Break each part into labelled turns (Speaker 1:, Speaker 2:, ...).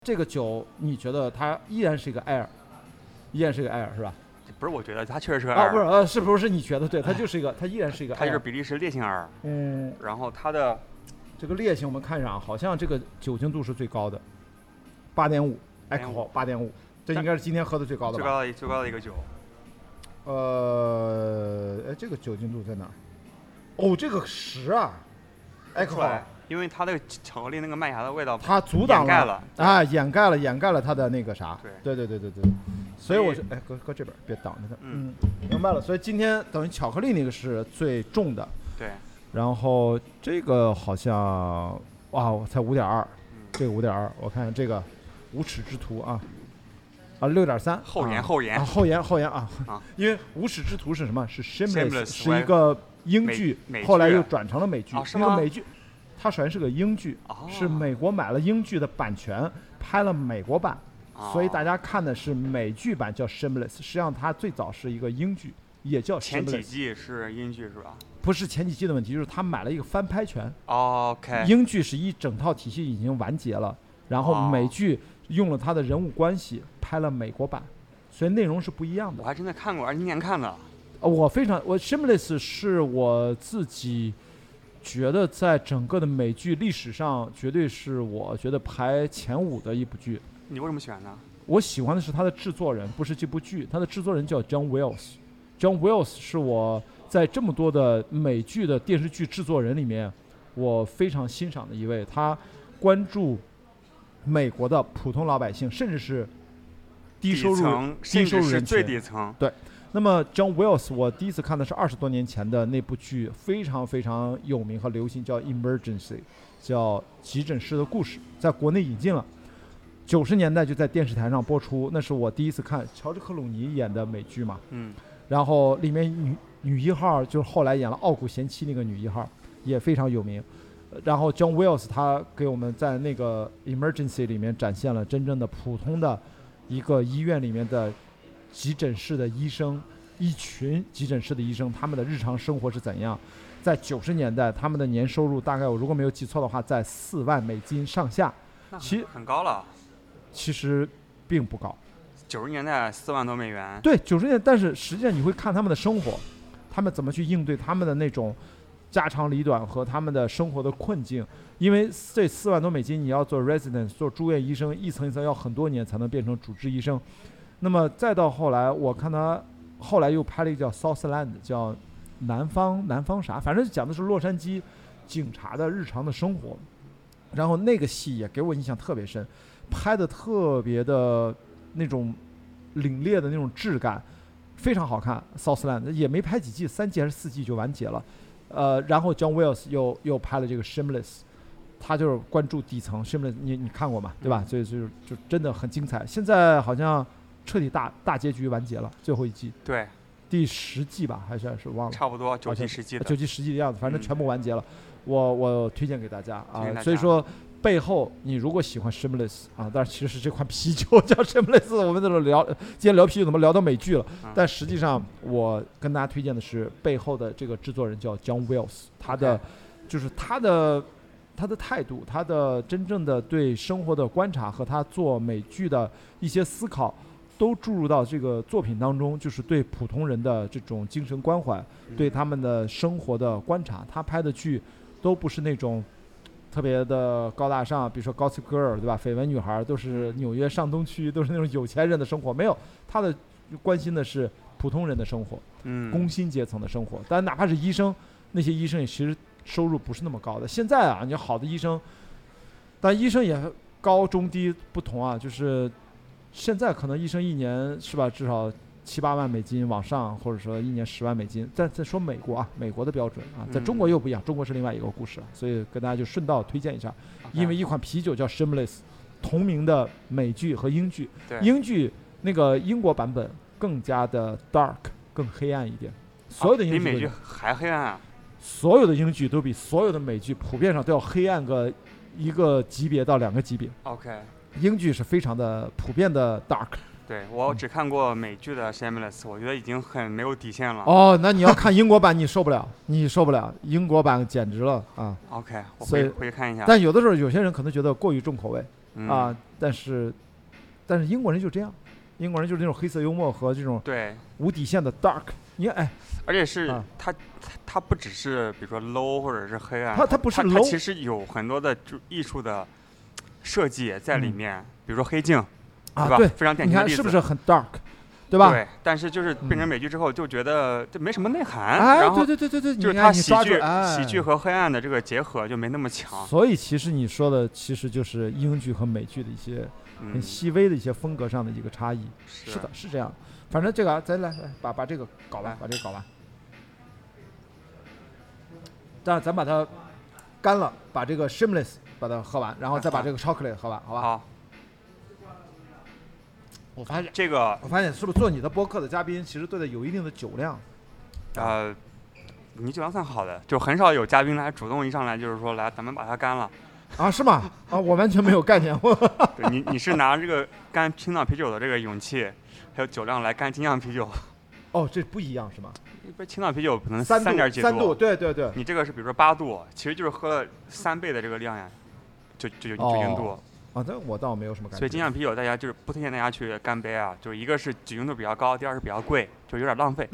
Speaker 1: 这个酒你觉得它依然是一个 Air， 依然是一个 Air 是吧？
Speaker 2: 不是，我觉得它确实是个
Speaker 1: Air
Speaker 2: 2，
Speaker 1: 不是是不是你觉得对？它就是一个，它依然是一个 Air，
Speaker 2: 它就是比利时烈性 2。然后它的
Speaker 1: 这个烈性我们看上好像这个酒精度是最高的，8.5 ，alcohol 8.5，这应该是今天喝的最高的吧？
Speaker 2: 最高的一个酒。
Speaker 1: 这个酒精度在哪儿？哦，这个10啊，alcohol。
Speaker 2: 因为它那个巧克力那个麦芽的味道，
Speaker 1: 它阻挡
Speaker 2: 了
Speaker 1: 啊，掩盖了它的那个啥。对，所以我就搁这边别挡着它。明白了。所以今天等于巧克力那个是最重的。
Speaker 2: 对。
Speaker 1: 然后这个好像哇，才5.2，这个5.2，我看这个无耻之徒啊，6.3。后延啊，因为无耻之徒是什么？是 Shameless， 是一个英剧，后来又转成了美剧。
Speaker 2: 是吗？
Speaker 1: 美剧。它首先是个英剧，是美国买了英剧的版权，拍了美国版，所以大家看的是美剧版叫 Shameless， 实际上它最早是一个英剧，也叫 Shameless。
Speaker 2: 前几季是英剧是吧？
Speaker 1: 不是前几季的问题，就是他买了一个翻拍权。
Speaker 2: OK。
Speaker 1: 英剧是一整套体系已经完结了，然后美剧用了他的人物关系拍了美国版，所以内容是不一样的。
Speaker 2: 我还真的看过，20年看的。
Speaker 1: 我 Shameless 是我自己觉得在整个的美剧历史上，绝对是我觉得排前5的一部剧。
Speaker 2: 你为什么喜欢呢？
Speaker 1: 我喜欢的是他的制作人，不是这部剧。他的制作人叫 John Wills。John Wills 是我在这么多的美剧的电视剧制作人里面，我非常欣赏的一位。他关注美国的普通老百姓，甚至是低收入人群，
Speaker 2: 最底层。
Speaker 1: 对。那么 John Wills 我第一次看的是20多年前的那部剧，非常非常有名和流行，叫 Emergency， 叫急诊室的故事，在国内引进了，90年代就在电视台上播出，那是我第一次看乔治克鲁尼演的美剧嘛。然后里面女一号就是后来演了《傲骨贤妻》那个女一号也非常有名。然后 John Wills 他给我们在那个 Emergency 里面展现了真正的普通的一个医院里面的急诊室的医生，一群急诊室的医生，他们的日常生活是怎样？在90年代，他们的年收入大概我如果没有记错的话，在4万美金上下，
Speaker 2: 很高了。
Speaker 1: 其实并不高。
Speaker 2: 90年代4万多美元。
Speaker 1: 对，90年代，但是实际上你会看他们的生活，他们怎么去应对他们的那种家长里短和他们的生活的困境。因为这4万多美金，你要做 resident 做住院医生，一层一层要很多年才能变成主治医生。那么再到后来，我看他后来又拍了一个叫 Southland， 叫南方啥，反正讲的是洛杉矶警察的日常的生活。然后那个戏也给我印象特别深，拍的特别的那种凛冽的那种质感，非常好看。Southland 也没拍几季，3季还是4季就完结了。然后 John Wills 又拍了这个 Shameless， 他就是关注底层。Shameless 你看过嘛，对吧？所以就真的很精彩。现在好像彻底大结局完结了，最后一季。
Speaker 2: 对，
Speaker 1: 第10季吧，还是忘了。
Speaker 2: 差不多9季10季的。
Speaker 1: 9季10季的样子，反正全部完结了。我推荐给大家啊。所以说背后你如果喜欢 Shameless 啊，但是其实是这款啤酒叫 Shameless， 我们在这今天聊啤酒怎么聊到美剧了？但实际上我跟大家推荐的是背后的这个制作人叫 John Wills， 他的就是他的态度，他的真正的对生活的观察和他做美剧的一些思考，都注入到这个作品当中，就是对普通人的这种精神关怀，对他们的生活的观察。他拍的剧都不是那种特别的高大上，比如说 Gossip Girl， 对吧？绯闻女孩都是纽约上东区，都是那种有钱人的生活，没有，他的关心的是普通人的生活，工薪阶层的生活。但哪怕是医生，那些医生也其实收入不是那么高的。现在啊，你好的医生，但医生也高中低不同啊，就是现在可能医生一年是吧，至少7、8万美金往上，或者说一年10万美金。再说美国啊，美国的标准啊，在中国又不一样，中国是另外一个故事，所以跟大家就顺道推荐一下。因为一款啤酒叫 Shameless， 同名的美剧和英剧，英剧那个英国版本更加的 dark， 更黑暗一点。所有的英剧
Speaker 2: 比美剧还黑暗啊！
Speaker 1: 所有的英剧都比所有的美剧普遍上都要黑暗一个级别到2个级别。
Speaker 2: OK，
Speaker 1: 英剧是非常的普遍的 dark。
Speaker 2: 对，我只看过美剧的 Shameless， 我觉得已经很没有底线了。
Speaker 1: 哦，那你要看英国版，你受不了，英国版简直了啊！
Speaker 2: OK， 我回去看一下。
Speaker 1: 但有的时候有些人可能觉得过于重口味啊， 但是英国人就这样，英国人就是那种黑色幽默和这种
Speaker 2: 对
Speaker 1: 无底线的 dark。你看，
Speaker 2: 而且是它不只是比如说 low 或者是黑暗，
Speaker 1: 它不是 low，
Speaker 2: 它其实有很多的艺术的设计在里面，比如说黑镜，对吧？
Speaker 1: 对，
Speaker 2: 非常典型的例子，
Speaker 1: 你看是不是很 dark？对吧？
Speaker 2: 对，但是就是变成美剧之后，就觉得这没什么内涵。
Speaker 1: 然后对，
Speaker 2: 就是它喜剧和黑暗的这个结合就没那么强。
Speaker 1: 所以其实你说的其实就是英剧和美剧的一些很细微的一些风格上的一个差异。是的，是这样。反正这个咱来把这个搞完，把这个搞完。但是咱把它干了，把这个 Shameless 把它喝完，然后再把这个 Chocolate 喝完，好吧？
Speaker 2: 好。
Speaker 1: 我发现
Speaker 2: 我
Speaker 1: 发现是不是做你的播客的嘉宾其实都得有一定的酒量？
Speaker 2: 你酒量算好的，就很少有嘉宾来主动一上来就是说来咱们把它干了。
Speaker 1: 是吗？我完全没有概念。
Speaker 2: 对，你是拿这个干青岛啤酒的这个勇气还有酒量来干精酿啤酒。
Speaker 1: 这不一样是吗？
Speaker 2: 一般青岛啤酒可能3.几
Speaker 1: 度，对。
Speaker 2: 你这个是比如说8度，其实就是喝了3倍的这个量呀，酒精度。
Speaker 1: 这我倒没有什么感觉。
Speaker 2: 所以精酿啤酒大家就是不推荐大家去干杯啊，就是一个是酒精度比较高，第二是比较贵，就有点浪费。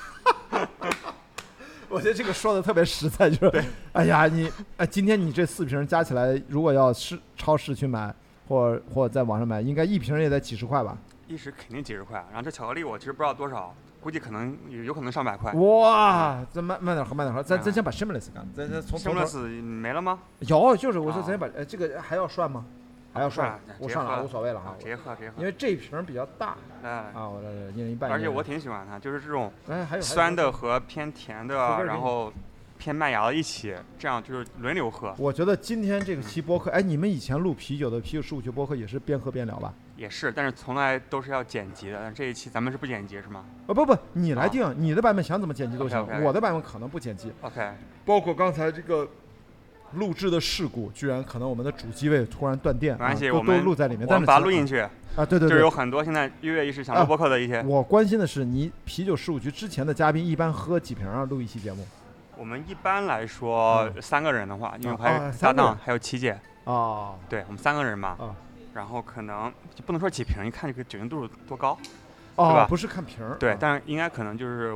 Speaker 1: 我觉得这个说的特别实在，就是哎呀，今天你这4瓶加起来，如果要超市去买，或者在网上买，应该1瓶也得几十块吧？
Speaker 2: 一时肯定几十块，然后这巧克力我其实不知道多少，估计可能有可能上百块。
Speaker 1: 哇，咱慢点喝，咱先把 Shameless 干，咱从
Speaker 2: Shameless 没了吗？
Speaker 1: 有，就是我说咱先把这个还要涮吗？还要涮，我上了无所谓了哈，
Speaker 2: 直接喝，
Speaker 1: 因为这瓶比较大，我这1人1半。
Speaker 2: 而且我挺喜欢它，就是这种酸的和偏甜的，然后偏麦芽的一起，这样就是轮流喝。
Speaker 1: 我觉得今天这个期播客，你们以前录啤酒15期播客也是边喝边聊吧？
Speaker 2: 也是，但是从来都是要剪辑的，但这一期咱们是不剪辑是吗？
Speaker 1: 不，你来定，你的版本想怎么剪辑都行，我的版本可能不剪辑。
Speaker 2: OK，
Speaker 1: 包括刚才这个。录制的事故，居然可能我们的主机位突然断电，
Speaker 2: 没关系，
Speaker 1: 都录在里面，但是
Speaker 2: 把它录进去
Speaker 1: 对，
Speaker 2: 就是有很多现在跃跃欲试想录播客的一些。
Speaker 1: 我关心的是，你啤酒事务局之前的嘉宾一般喝几瓶录一期节目？
Speaker 2: 我们一般来说3个人的话，因为还有搭档，还有琪姐对，我们3个人嘛然后可能就不能说几瓶，一看这个酒精度多高，对吧？
Speaker 1: 不是看瓶
Speaker 2: 对，但是应该可能就是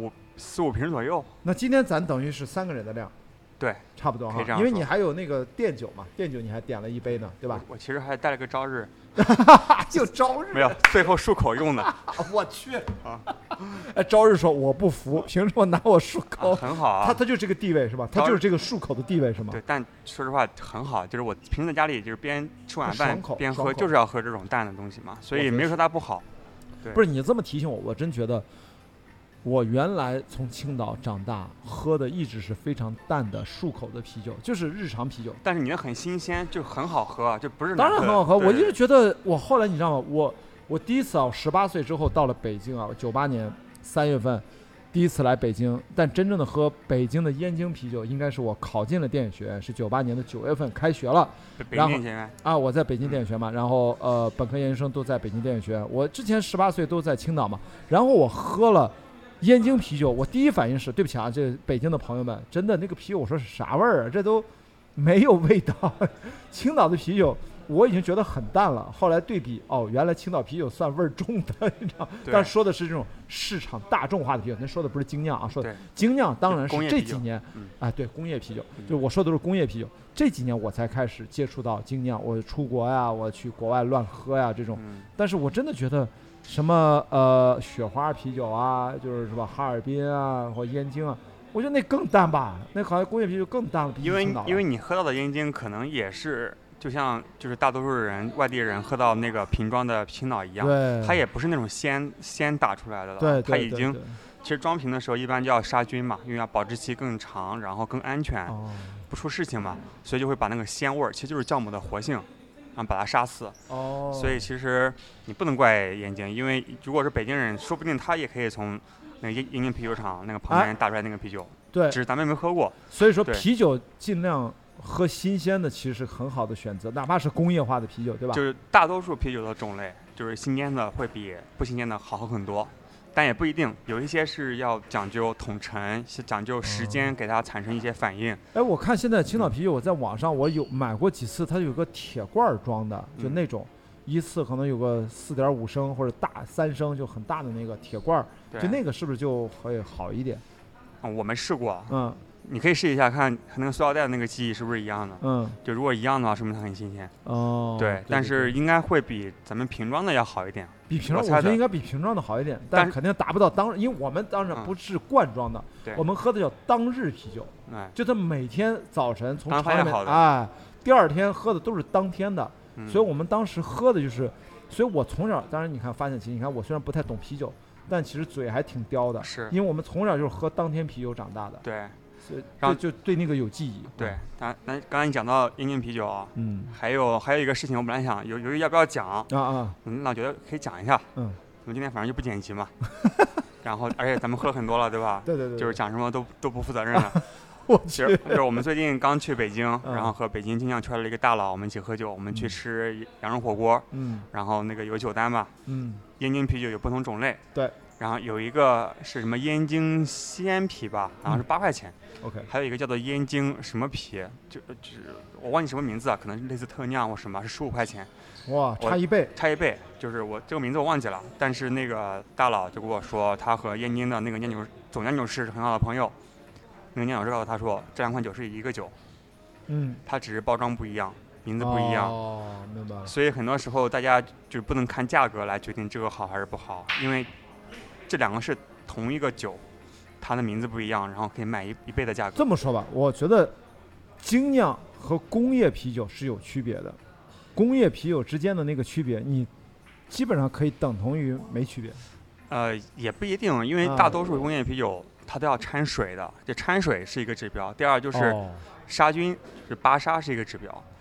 Speaker 2: 4、5瓶左右。
Speaker 1: 那今天咱等于是3个人的量。
Speaker 2: 对，
Speaker 1: 差不多哈，因为你还有那个电酒嘛，电酒你还点了1杯呢，对吧？
Speaker 2: 我其实还带了个朝日，
Speaker 1: 就朝日
Speaker 2: 没有，最后漱口用的。
Speaker 1: 我去朝日说我不服，凭什么拿我漱口？
Speaker 2: 很好啊，
Speaker 1: 他就这个地位是吧？他就是这个漱口的地位是吗？
Speaker 2: 对，但说实话很好，就是我平时在家里就是边吃晚饭边喝，就是要喝这种淡的东西嘛，所以没有说它不好。对，
Speaker 1: 不是你这么提醒我真觉得。我原来从青岛长大，喝的一直是非常淡的漱口的啤酒，就是日常啤酒。
Speaker 2: 但是你的很新鲜，就很好喝，就不是
Speaker 1: 当然很好喝。我一直觉得，我后来你知道吗？我第一次18岁之后到了北京98年3月份，第一次来北京，但真正的喝北京的燕京啤酒，应该是我考进了电影学院，是98年的9月份开学了。
Speaker 2: 北京电影学院
Speaker 1: 我在北京电影学嘛，然后本科研究生都在北京电影学院。我之前18岁都在青岛嘛，然后我喝了。燕京啤酒，我第一反应是对不起啊，这北京的朋友们，真的那个啤酒，我说是啥味儿啊？这都没有味道。青岛的啤酒我已经觉得很淡了，后来对比，原来青岛啤酒算味儿重的，你知道？但说的是这种市场大众化的啤酒，咱说的不是精酿啊，说的精酿当然是这几年对工业啤酒，就我说的都是工业啤酒。这几年我才开始接触到精酿，我出国呀，我去国外乱喝呀这种，但是我真的觉得。什么雪花啤酒啊，就是什么哈尔滨啊或燕京啊，我觉得那更淡吧，那好像工业啤酒更淡了。
Speaker 2: 因为你喝到的燕京可能也是就像就是大多数人外地人喝到那个瓶装的青岛一样，它也不是那种鲜打出来的了，
Speaker 1: 对，
Speaker 2: 它已经其实装瓶的时候一般就要杀菌嘛，因为要保质期更长，然后更安全，不出事情嘛，所以就会把那个鲜味儿，其实就是酵母的活性。把它杀死所以其实你不能怪燕京，因为如果是北京人，说不定他也可以从那个燕京啤酒厂那个旁边打出来那个啤酒，
Speaker 1: 对，
Speaker 2: 只是咱们没喝过。
Speaker 1: 所以说啤酒尽量喝新鲜的，其实是很好的选择，哪怕是工业化的啤酒，对吧？
Speaker 2: 就是大多数啤酒的种类，就是新鲜的会比不新鲜的好喝很多。但也不一定，有一些是要讲究统陈，是讲究时间给它产生一些反应。
Speaker 1: 我看现在青岛啤酒，我在网上我有买过几次，它有个铁罐装的，就那种一次可能有个4.5升或者大3升就很大的那个铁罐，就那个是不是就会好一点？
Speaker 2: 我没试过，你可以试一下看那个塑料袋的那个记忆是不是一样的，就如果一样的话，说明它很新鲜。对，但是应该会比咱们瓶装的要好一点。
Speaker 1: 比瓶装，我觉得应该比瓶装的好一点，但肯定达不到因为我们当然不是罐装的，我们喝的叫当日啤酒，就它每天早晨从厂里面第二天喝的都是当天的，所以我们当时喝的就是，所以我从小当然你看发现其实你看我虽然不太懂啤酒，但其实嘴还挺刁的，
Speaker 2: 是
Speaker 1: 因为我们从小就是喝当天啤酒长大的。
Speaker 2: 对。
Speaker 1: 然后就对那个有记忆。
Speaker 2: 对，咱刚才你讲到燕京啤酒啊，还有一个事情，我本来想犹豫要不要讲那觉得可以讲一下。我们今天反正就不剪辑嘛，然后而且咱们喝了很多了，对吧？
Speaker 1: 对，
Speaker 2: 就是讲什么都不负责任了。其实就是我们最近刚去北京，然后和北京金匠圈的一个大佬，我们一起喝酒，我们去吃羊肉火锅，然后那个有酒单嘛，燕京啤酒有不同种类，
Speaker 1: 对。
Speaker 2: 然后有一个是什么燕京鲜啤吧，好像是8块钱。
Speaker 1: OK。
Speaker 2: 还有一个叫做燕京什么啤，就我忘记什么名字啊，可能是类似特酿或什么，是15块钱。
Speaker 1: 哇，差一倍。
Speaker 2: 就是我这个名字我忘记了，但是那个大佬就跟我说，他和燕京的那个总酿酒师是很好的朋友。那个酿酒师告诉他说，这2款酒是一个酒，它只是包装不一样，名字不一样。
Speaker 1: 明白了。
Speaker 2: 所以很多时候大家就不能看价格来决定这个好还是不好，因为这2个是同一个酒，它的名字不一样，然后可以卖一倍的价格。
Speaker 1: 这么说吧，我觉得精酿和工业啤酒是有区别的，工业啤酒之间的那个区别，你基本上可以等同于没区别。
Speaker 2: 也不一定，因为大多数工业啤酒它都要掺水的，这掺水是一个指标。第二就是杀菌，是巴沙是一个指标。